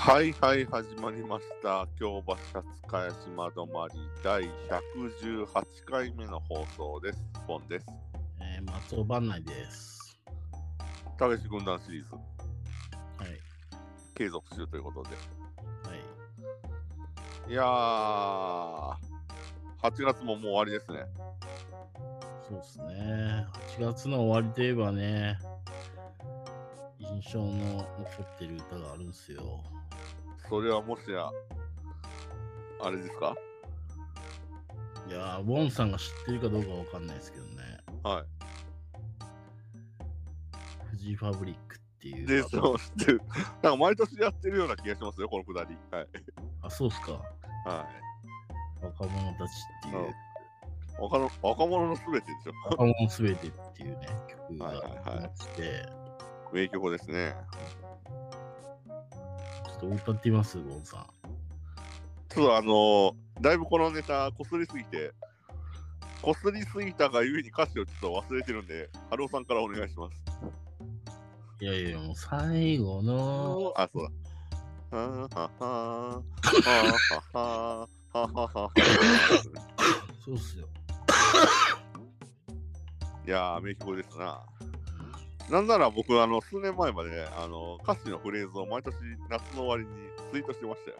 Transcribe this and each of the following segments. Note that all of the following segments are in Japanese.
はいはい、始まりました。京橋勝茅島止まり第118回目の放送です。ポンです。 松尾番内です。 たけし軍団シリーズ、 はい。 継続中ということで。 はい。 いやー、8月ももう終わりですね。 そうですね。8月の終わりといえばね、印象の残ってる歌があるんですよ。 それはもしや、あれですか？ いやー、ウォンさんが知ってるかどうかわかんないですけどね。 はい。 フジファブリックっていう。 で、そう知ってる。なんか毎年やってるような気がしますよ、このくだり。はい。 あ、そうっすか。 はい。 若者たちっていう。 若者のすべてでしょ。 若者すべてっていうね、曲がありまして、 名曲ですね。 ちょっと歌ってみます、ウォンさん。 ちょっとだいぶこのネタこすりすぎたがゆえに歌詞をちょっと忘れてるんで、春尾さんからお願いします。 いやいや、もう最後の、 あ、そうだ。はははははははは。 そうっすよ。 いやー、名曲ですな。なんなら僕、数年前まで、歌詞のフレーズを毎年夏の終わりにツイートしてましたよ。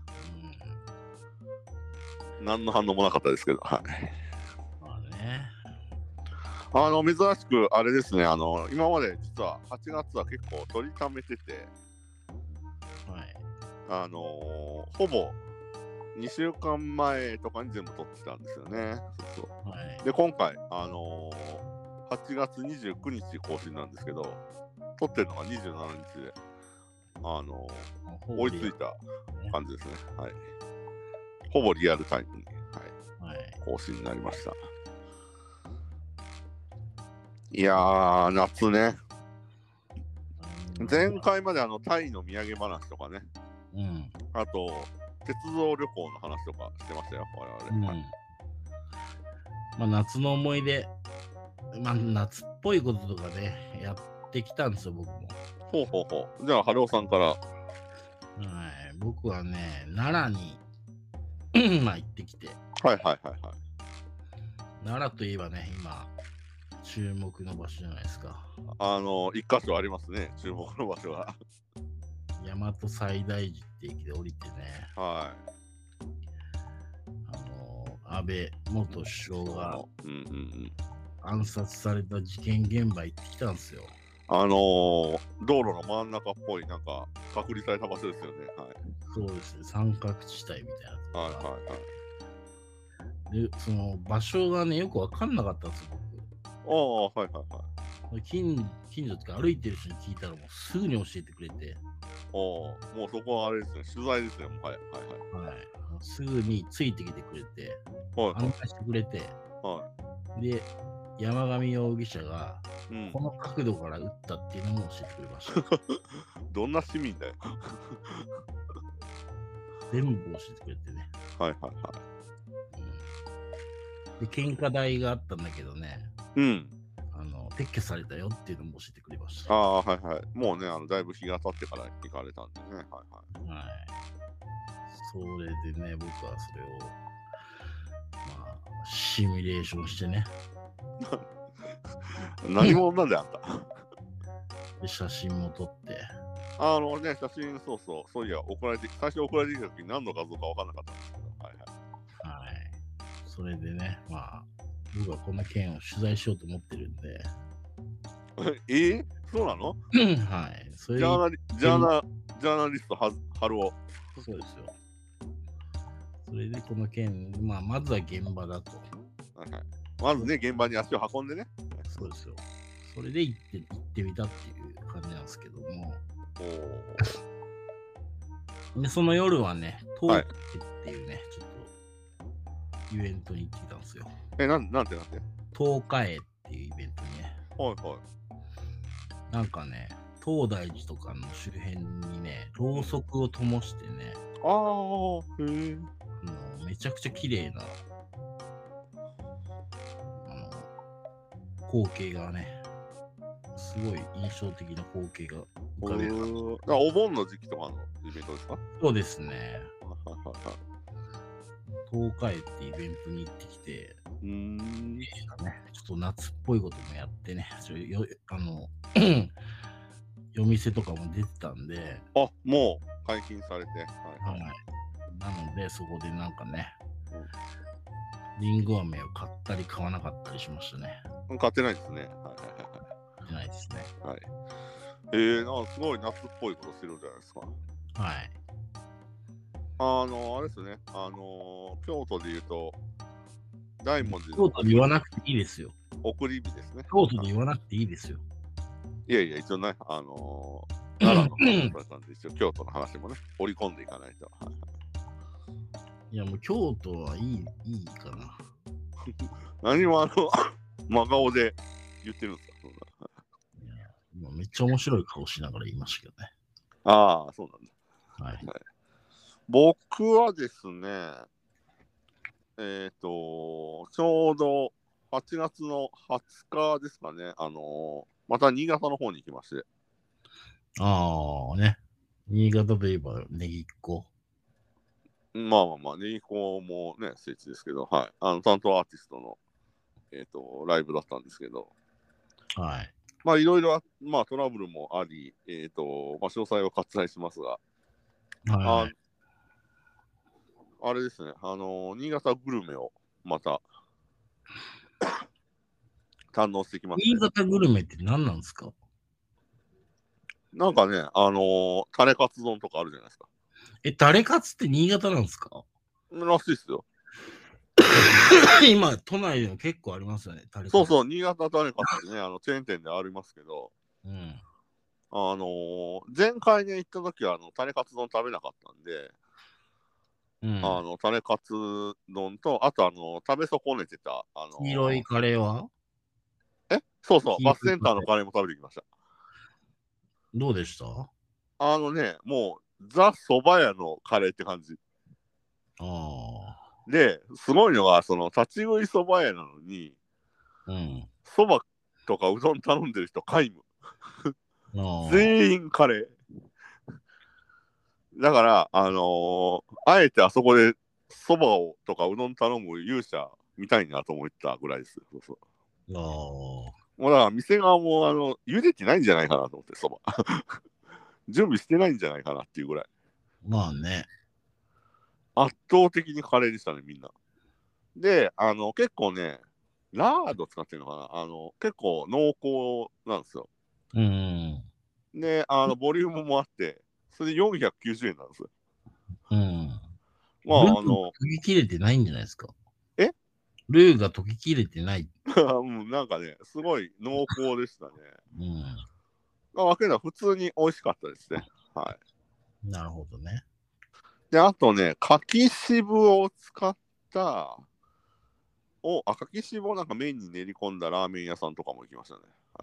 何の反応もなかったですけど、はい。 まあね。 珍しく、あれですね、今まで実は8月は結構取りためてて、 はい。 ほぼ2週間前とかに全部撮ってたんですよね。そうそう。 はい。 で、今回、8月29日更新なんですけど、撮ってるのが27日で、追いついた感じですね。はい。ほぼリアルタイムに、はい、更新になりました。いやー、夏ね。前回までタイの土産話とかね、 うん、 あと、鉄道旅行の話とかしてましたよ、我々。はい、 まあ、夏の思い出、まあ、夏っぽいこととかね、やってきたんですよ、僕も。 ほうほうほう。じゃあ、春尾さんから。 はい、僕はね、奈良にまあ行ってきて。 はいはいはいはい。 奈良といえばね、今、注目の場所じゃないですか。 一箇所ありますね、注目の場所が。 大和西大寺って駅で降りてね、 はい。 安倍元首相が暗殺された事件現場行ってきたんですよ。 道路の真ん中っぽい、なんか、隔離された場所ですよね。はい。 そうですね、三角地帯みたいなところ。 はいはいはい。で、その場所がね、よくわかんなかったんですよ、 僕。ああ、はいはいはい。 近所ってか歩いてる人に聞いたらもうすぐに教えてくれて。 もうそこはあれですね、取材ですね、もう。はいはいはい。すぐについてきてくれて、 はい、 案内してくれて、 はい。 で、山上容疑者がこの角度から撃ったっていうのも教えてくれました。 どんな市民だよ。 全部教えてくれてね。 はいはいはい。 で、献花台があったんだけどね。 うん。 撤去されたよっていうのも教えてくれました。 ああ、はいはい。もうね、だいぶ日が経ってから行かれたんでね。はいはい。 はい。それでね、僕はそれを、まあ、シミュレーションしてね。 何者なんであんた。 で、写真も撮って。 ね、写真、そういや、最初送られてきた時に何の画像か分からなかったんですけど、はいはい。 はい。それでね、まあ、僕はこの件を取材しようと思ってるんで。 そうなの？ はい。それジャーナリスト春尾。 そうですよ。それでこの件、まずは現場だと。 はいはい、まずね、現場に足を運んでね。 そうですよ。それで行ってみたっていう感じなんですけども。で、その夜はね、トークっていうね、ちょっとイベントに行ってきたんですよ。 なんて東海っていうイベントにね。 はいはい。 なんかね、東大寺とかの周辺にね、ろうそくを灯してね。めちゃくちゃ綺麗な光景がね、 すごい印象的な光景が浮かべる。 お盆の時期とかのイベントですか？ そうですね。東海ってイベントに行ってきて、ね、ちょっと夏っぽいこともやってね、夜店とかも出てたんで、 あ、もう解禁されて、 はい。なので、そこでなんかね、リンゴ飴を買ったり買わなかったりしましたね。 買ってないですね。 買ってないですね。 はい。なんかすごい夏っぽいことしてるじゃないですか。 はい。 あれですね。京都で言うと、大文字の京都で言わなくていいですよ。 送り火ですね。 京都で言わなくていいですよ。 いやいや、一応ね、奈良の話だったんで、一応京都の話もね、織り込んでいかないと。 いや、もう京都はいいかな。 何も真顔で言ってるんですか？そんな。 今めっちゃ面白い顔しながら言いましたけどね。 ああ、そうなんだ。 はい。 僕はですね、ちょうど8月の20日ですかね、また新潟の方に行きまして。 ああ、ね。新潟といえばネギっ子。 まあ、ネギコもね、聖地ですけど、はい。担当アーティストの、ライブだったんですけど、 はい。 まあ、いろいろ、まあ、トラブルもあり、まあ、詳細を割愛しますが、 はい。 あれですね、新潟グルメをまた堪能してきまして。 新潟グルメって何なんですか？ なんかね、タレカツ丼とかあるじゃないですか。 タレカツって新潟なんですからしいっすよ。 今、都内でも結構ありますよね、タレカツ。 そうそう、新潟タレカツってね、チェーン店でありますけど、 うん。 前回ね、行った時は、タレカツ丼食べなかったんで、 うん、 タレカツ丼と、あと、食べ損ねてた、 黄色いカレーはそうそう、バスセンター黄色いカレーのカレーも食べてきました。 どうでした？ もう、ザ・蕎麦屋のカレーって感じ。 ああ。 で、すごいのが、その、立ち食い蕎麦屋なのに、 うん。 蕎麦とかうどん頼んでる人、皆無。 あ全員カレー。だから、あえてあそこで蕎麦をとかうどん頼む勇者見たいなと思ったぐらいです。そうそう。 あ。ああ。 もうだから店側も茹でてないんじゃないかなと思って、蕎麦。準備してないんじゃないかなっていうぐらい。 まあね。 圧倒的にカレーでしたね、みんな。で、結構ね、ラード使ってるのかな、結構濃厚なんですよ。 うん。 で、ボリュームもあって、それで490円なんですよ。 うん。 まあ、 ルーが溶ききれてないんじゃないですか？ えルーが溶ききれてない。 なんかね、すごい濃厚でしたね。 うん。 まあ、わけでは普通に美味しかったですね。はなるほどね。 い。で、あとね、柿渋を使った柿渋をなんか麺に練り込んだラーメン屋さんとかも行きましたね。はい、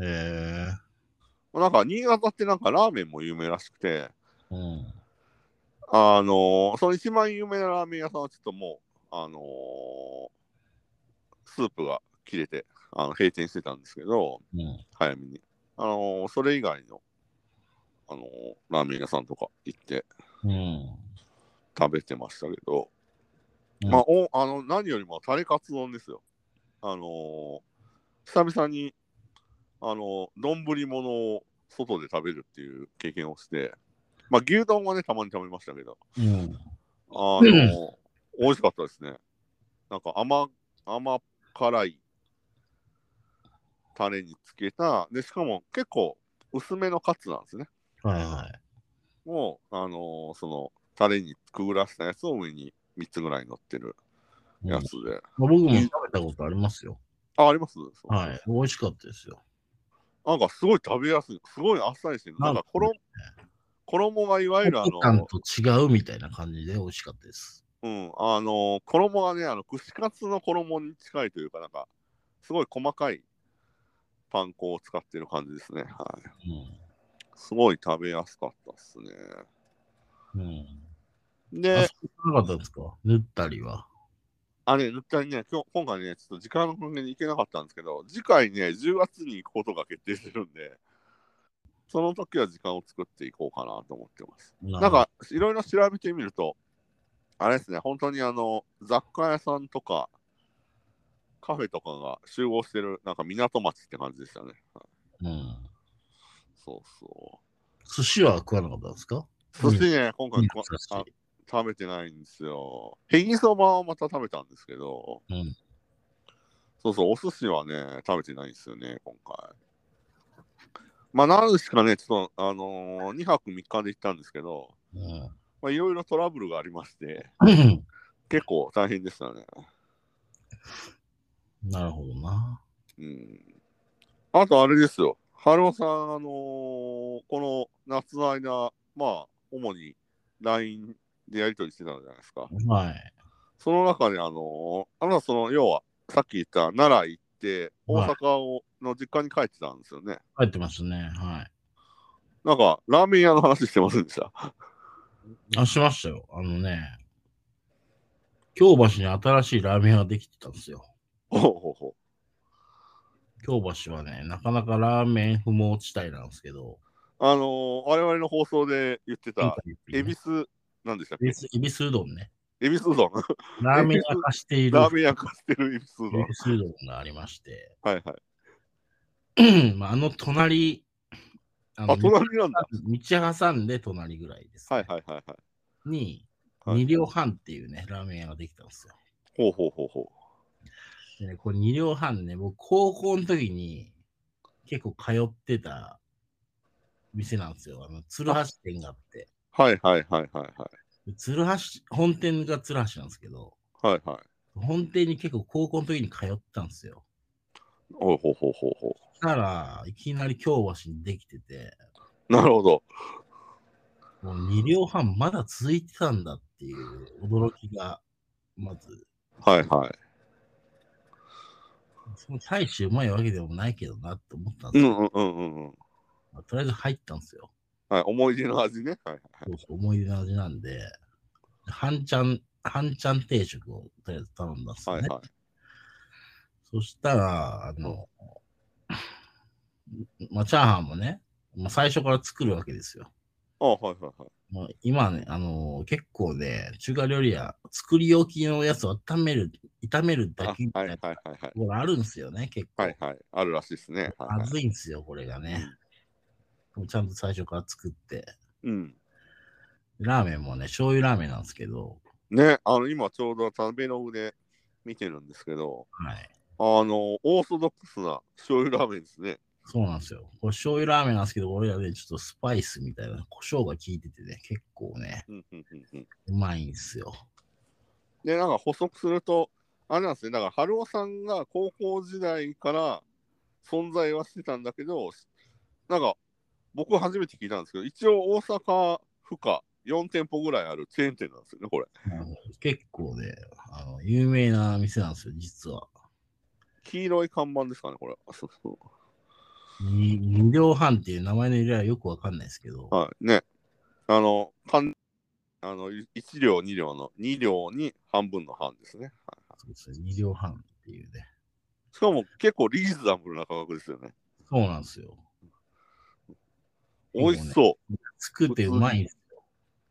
へえ。 なんか、新潟ってなんかラーメンも有名らしくて、 うん。 その一番有名なラーメン屋さんはちょっともう、スープが切れて、閉店してたんですけど、 うん。 早めに。それ以外の、ラーメン屋さんとか行ってうん。 食べてましたけど、 うん、 まあ、何よりもタレカツ丼ですよ。久々に、丼物を外で食べるっていう経験をして、まあ、牛丼はね、たまに食べましたけど、 うん。 美味しかったですね。なんか甘辛いタレにつけた、で、しかも結構薄めのカツなんですね。 はいはい。 もう、その、タレにくぐらせたやつを上に3つぐらい乗ってるうん、 やつで。 僕も食べたことありますよ。 ありますそうそうはい。美味しかったですよ。 なんかすごい食べやすい。すごいあっさりしてる。なんか衣がいわゆる感と違うみたいな感じで美味しかったです。 衣がね、串カツの衣に近いというか、なんか、すごい細かいパン粉を使ってる感じですね。はい。 うん。 すごい食べやすかったっすね。 うん。あで、 そこなかったですか？塗ったりは。 絶対ね、今回ね、ちょっと時間の関係で行けなかったんですけど、次回ね、10月に行くことが決定してるんで、その時は時間を作っていこうかなと思ってます。なんか、いろいろ調べてみると、あれですね、本当に雑貨屋さんとか、カフェとかが集合してる、なんか港町って感じでしたね。 うん。 そうそう。 寿司は食わなかったんですか？ 寿司ね、今回食べてないんですよ。ヘギそばはまた食べたんですけど、 うん。 そうそう、お寿司はね、食べてないんですよね、今回。まあ、何しかね、ちょっと、2泊3日で行ったんですけど、まあ、いろいろトラブルがありまして、結構大変でしたね。 なるほどな。 うん。あと、あれですよ。春尾さん、この夏の間、まあ、主に LINE でやり取りしてたじゃないですか。 はい。 その中で、要は、さっき言った奈良行って、大阪の実家に帰ってたんですよね。 帰ってますね。はい。 なんか、ラーメン屋の話してませんでした？ しましたよ。京橋に新しいラーメン屋ができてたんですよ。 ほうほうほ京橋はね、なかなかラーメン不毛地帯なんですけど、 我々の放送で言ってた、恵比寿、なんでしたっけ？ 恵比寿うどんね。 恵比寿うどん。 ラーメン屋化している。 ラーメン屋化してる恵比寿うどん。 恵比寿うどんがありまして。 はいはい。 隣、 隣なんだ。 道挟んで隣ぐらいです、 ね。はいはいはいはい。 に、2両半っていうね、ラーメン屋ができたんですよ。 ほうほうほうほう。でね、これ2両半ね、僕高校の時に結構通ってた店なんですよ。鶴橋店があって。 はいはいはいはいはい。 鶴橋、本店が鶴橋なんですけど、 はいはい。 本店に結構高校の時に通ったんですよ。 ほうほうほうほうほそしたらいきなり京橋にできてて、 う。なるほど。 もう2両半まだ続いてたんだっていう驚きが、まず。 はいはい。 その大してうまいわけでもないけどなって思ったんですよ。 うんうんうんうんうん。 とりあえず入ったんですよ。 はい、思い出の味ね。はいはいそうそう、思い出の味なんで、半ちゃん定食をとりあえず頼んだんですよね。 はいはい。 そしたら、まあ、チャーハンもね、まあ、最初から作るわけですよ。 はいはいはい。 もう今ね、結構ね、中華料理屋、作り置きのやつを炒めるだけみたいなところあるんですよね、結構。 はいはい。あるらしいですね。はいはい、 まずいんですよ、これがね。ちゃんと最初から作って。 うん。 ラーメンもね、醤油ラーメンなんですけど。 ね、今ちょうど食べログで見てるんですけど、 はい。 オーソドックスな醤油ラーメンですね。 そうなんですよ。これ醤油ラーメンなんですけど、俺らね、ちょっとスパイスみたいな、胡椒が効いててね、結構ね、うまいんですよ。 で、なんか補足すると、あれなんですね、だから春尾さんが高校時代から存在はしてたんだけど、なんか僕は初めて聞いたんですけど、一応大阪府下4店舗ぐらいあるチェーン店なんですよね、これ。 結構ね、有名な店なんですよ、実は。 黄色い看板ですかね、これ。 2両半っていう名前の由来はよくわかんないですけど。 はい。ね。1両、2両の2両に半分の半ですね。はい、 そうですね、2両半っていうね。 しかも結構リーズナブルな価格ですよね。 そうなんですよ。 美味しそう。 作ってうまいんですよ。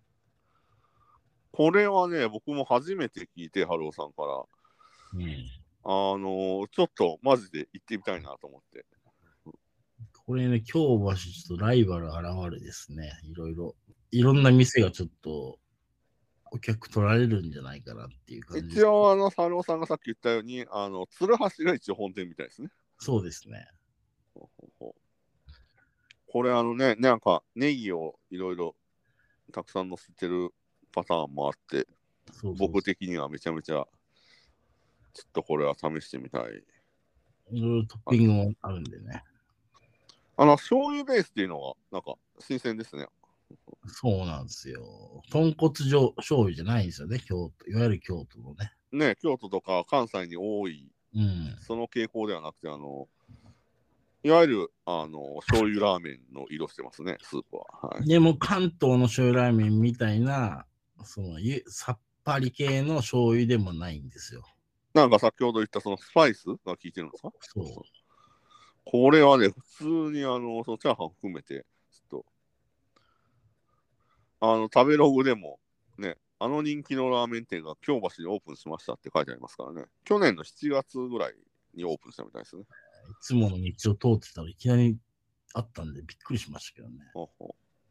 これはね、僕も初めて聞いて、春尾さんから。 うん、 ちょっとマジで行ってみたいなと思って。 これね、京橋ちょっとライバル現れですね。いろんな店がちょっとお客取られるんじゃないかなっていう感じです。 一応、春尾さんがさっき言ったように、鶴橋が一応本店みたいですね。 そうですね。 これね、なんかネギをいろいろたくさん乗せてるパターンもあって、僕的にはめちゃめちゃ、ちょっとこれは試してみたい。 いろいろトッピングもあるんでね。 醤油ベースっていうのが、なんか、新鮮ですね。 そうなんですよ。豚骨醤油じゃないんですよね、いわゆる京都のね。 ね、京都とか関西に多い、 うん、 その傾向ではなくて、いわゆる、醤油ラーメンの色してますね、スープは。 はい、でも、関東の醤油ラーメンみたいな、さっぱり系の醤油でもないんですよ。 なんか先ほど言ったそのスパイスが効いてるんですか？ そう。 これはね、普通にそのチャーハン含めて、ちょっと、食べログでも、ね、人気のラーメン店が京橋にオープンしましたって書いてありますからね。去年の7月ぐらいにオープンしたみたいですね。 いつもの道を通ってたらいきなりあったんでびっくりしましたけどね。 ほほ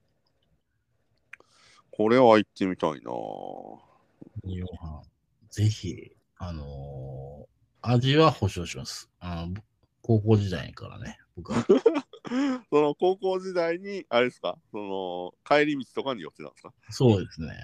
これは行ってみたいなぁ。 ニオハン。ぜひ、味は保証します。高校時代からね、僕は。 その高校時代に、あれですか、その帰り道とかに寄ってたんですか？ そうですね。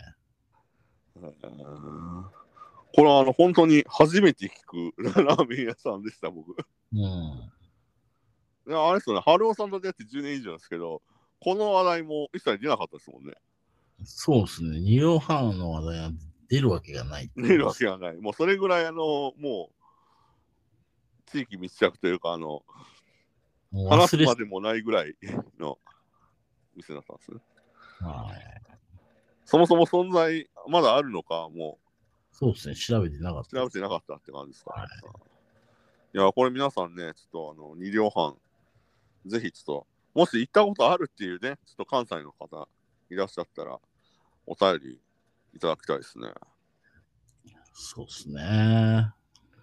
これは本当に初めて聞くラーメン屋さんでした、僕。 うん。 いやあれですよね、春尾さんと出会って10年以上ですけど、この話題も一切出なかったですもんね。 そうですね。ニオハンの話題は出るわけがない。 出るわけがない。もうそれぐらいもう地域密着というかもう話す忘れまでもないぐらいの店だったんですね。 はい。 そもそも存在まだあるのか、もそうですね。調べてなかった。 調べてなかったって感じですか。 はい。 いや、これ皆さんね、ちょっと二両半、ぜひちょっと、もし行ったことあるっていうね、ちょっと関西の方いらっしゃったら、お便りいただきたいですね。 そうですね。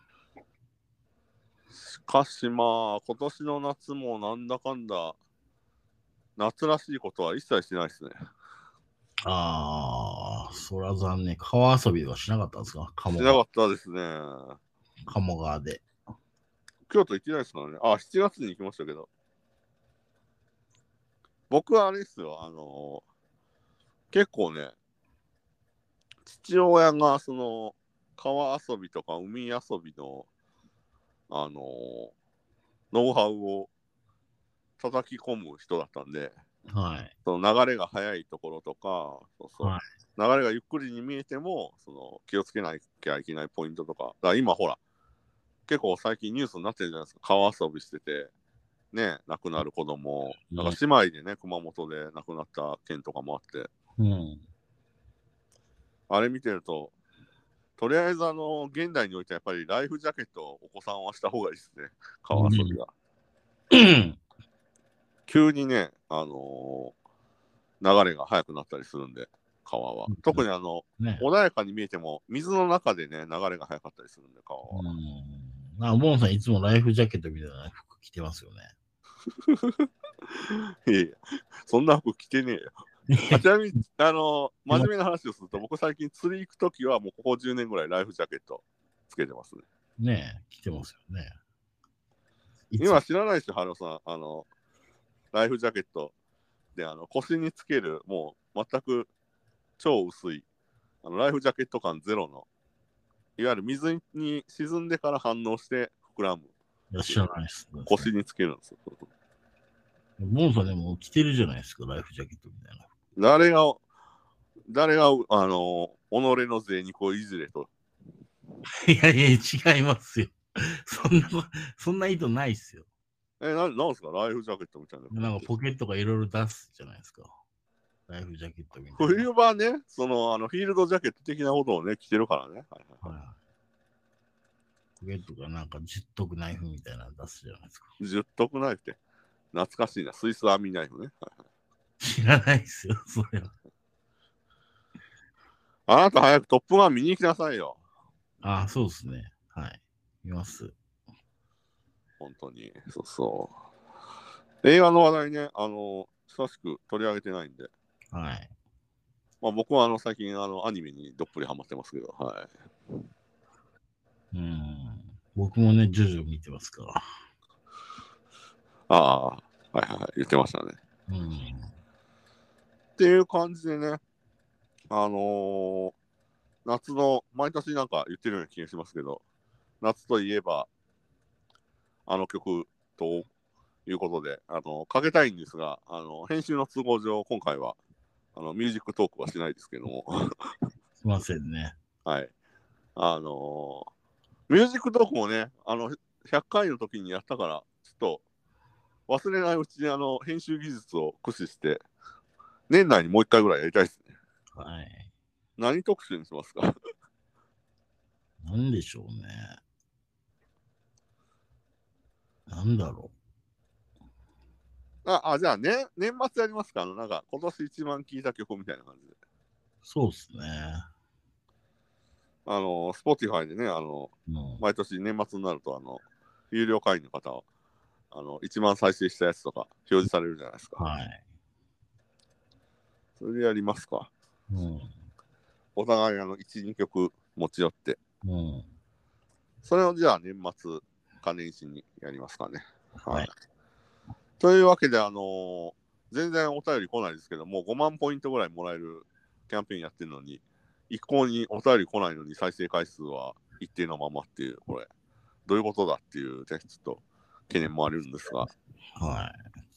しかしまあ、今年の夏もなんだかんだ、夏らしいことは一切してないですね。 ああ、そら残念。川遊びはしなかったんですか？ しなかったですね。 鴨川で。 京都行ってないですからね。あ、7月に行きましたけど。僕はあれですよ、結構ね、父親がその、川遊びとか海遊びの、あのノウハウを叩き込む人だったんで、 はい。 その流れが速いところとか、そうそう、 はい。 流れがゆっくりに見えても、その気をつけなきゃいけないポイントとか、だから今ほら、結構最近ニュースになってるじゃないですか、川遊びしてて、ね、亡くなる子供、なんか姉妹でね、熊本で亡くなった件とかもあって、 うん。 あれ見てると、とりあえず現代においてやっぱりライフジャケットをお子さんはした方がいいですね、川遊びが。急にね、流れが速くなったりするんで、川は。特にね。 穏やかに見えても、水の中でね、流れが速かったりするんで、川は。 ボンさんいつもライフジャケットみたいな服着てますよね。 いやいや、そんな服着てねえよ。ちなみに、真面目な話をすると、僕最近釣り行くときは、もうここ10年ぐらいライフジャケットつけてますね。 ねえ、着てますよね。 今知らないでしょ、ハロさん。ライフジャケットで、腰につける、もう全く超薄い、ライフジャケット感ゼロの、いわゆる水に沈んでから反応して膨らむ。 いや、知らないです。 腰につけるんですよ。 ボンさんでも着てるじゃないですか、ライフジャケットみたいな。 誰が、己の贅肉をいじれと。 いやいや、違いますよ。そんな意図ないっすよ。 なんすかライフジャケットみたいな。 なんかポケットがいろいろ出すじゃないですか。ライフジャケットみたいな。 冬場ね、フィールドジャケット的なことをね、着てるからね。はいはいはい。 ポケットがなんか十徳ナイフみたいなの出すじゃないですか。 十徳ナイフって、懐かしいな。スイスアーミーナイフね。はいはい、 知らないっすよ、それは。 あなた早くトップガン見に行きなさいよ。 ああ、そうですね。はい。見ます。 本当に。そうそう。映画の話題ね、久しく取り上げてないんで。 はい。 まあ僕は最近アニメにどっぷりハマってますけど、はい。 僕もね、ジョジョ見てますから。 ああ、はいはいはい、言ってましたね。っていう感じでね、夏の、毎年なんか言ってるような気がしますけど、夏といえば、あの曲ということで、かけたいんですが、編集の都合上、今回は、ミュージックトークはしないですけども。 すいませんね。 はい。ミュージックトークもね、100回の時にやったから、ちょっと忘れないうちに編集技術を駆使して、年内にもう一回ぐらいやりたいですね。 はい。 何特集にしますか？ なんでしょうね。 なんだろじゃあ、ね、年末やりますか？なんか、今年一番聴いた曲みたいな感じで。 う。そうっすね。 Spotify でね、毎年年末になると、有料会員の方は、一番再生したやつとか表示されるじゃないですか。 はい。 それでやりますか。 うん。 お互い、1、2曲持ち寄って。 うん。 それをじゃあ、年末か年始にやりますかね。 はい。 というわけで、全然お便り来ないですけど、もう5万ポイントぐらいもらえるキャンペーンやってるのに、一向にお便り来ないのに再生回数は一定のままっていう、これ、どういうことだっていう、ちょっと懸念もあるんですが、 はい。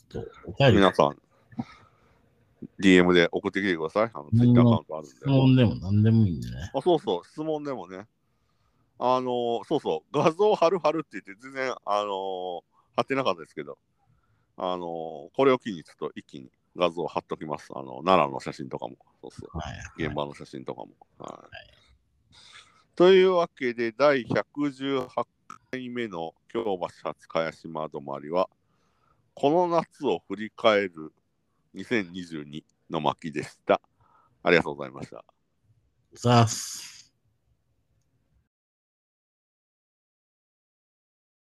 ちょっと、お便り。 皆さん、DM で送ってきてください。Twitter アカウントあるんで。 質問でも何でもいいんでね。 そうそう、質問でもね。そうそう、画像貼るって言って、全然、貼ってなかったですけど、これを機にちょっと一気に画像を貼っときます。奈良の写真とかも。そうそう。 はい。 現場の写真とかも。はい。というわけで、第118回目の京橋初茅島止まりは、この夏を振り返る2022の巻でした。ありがとうございました。 ざっす。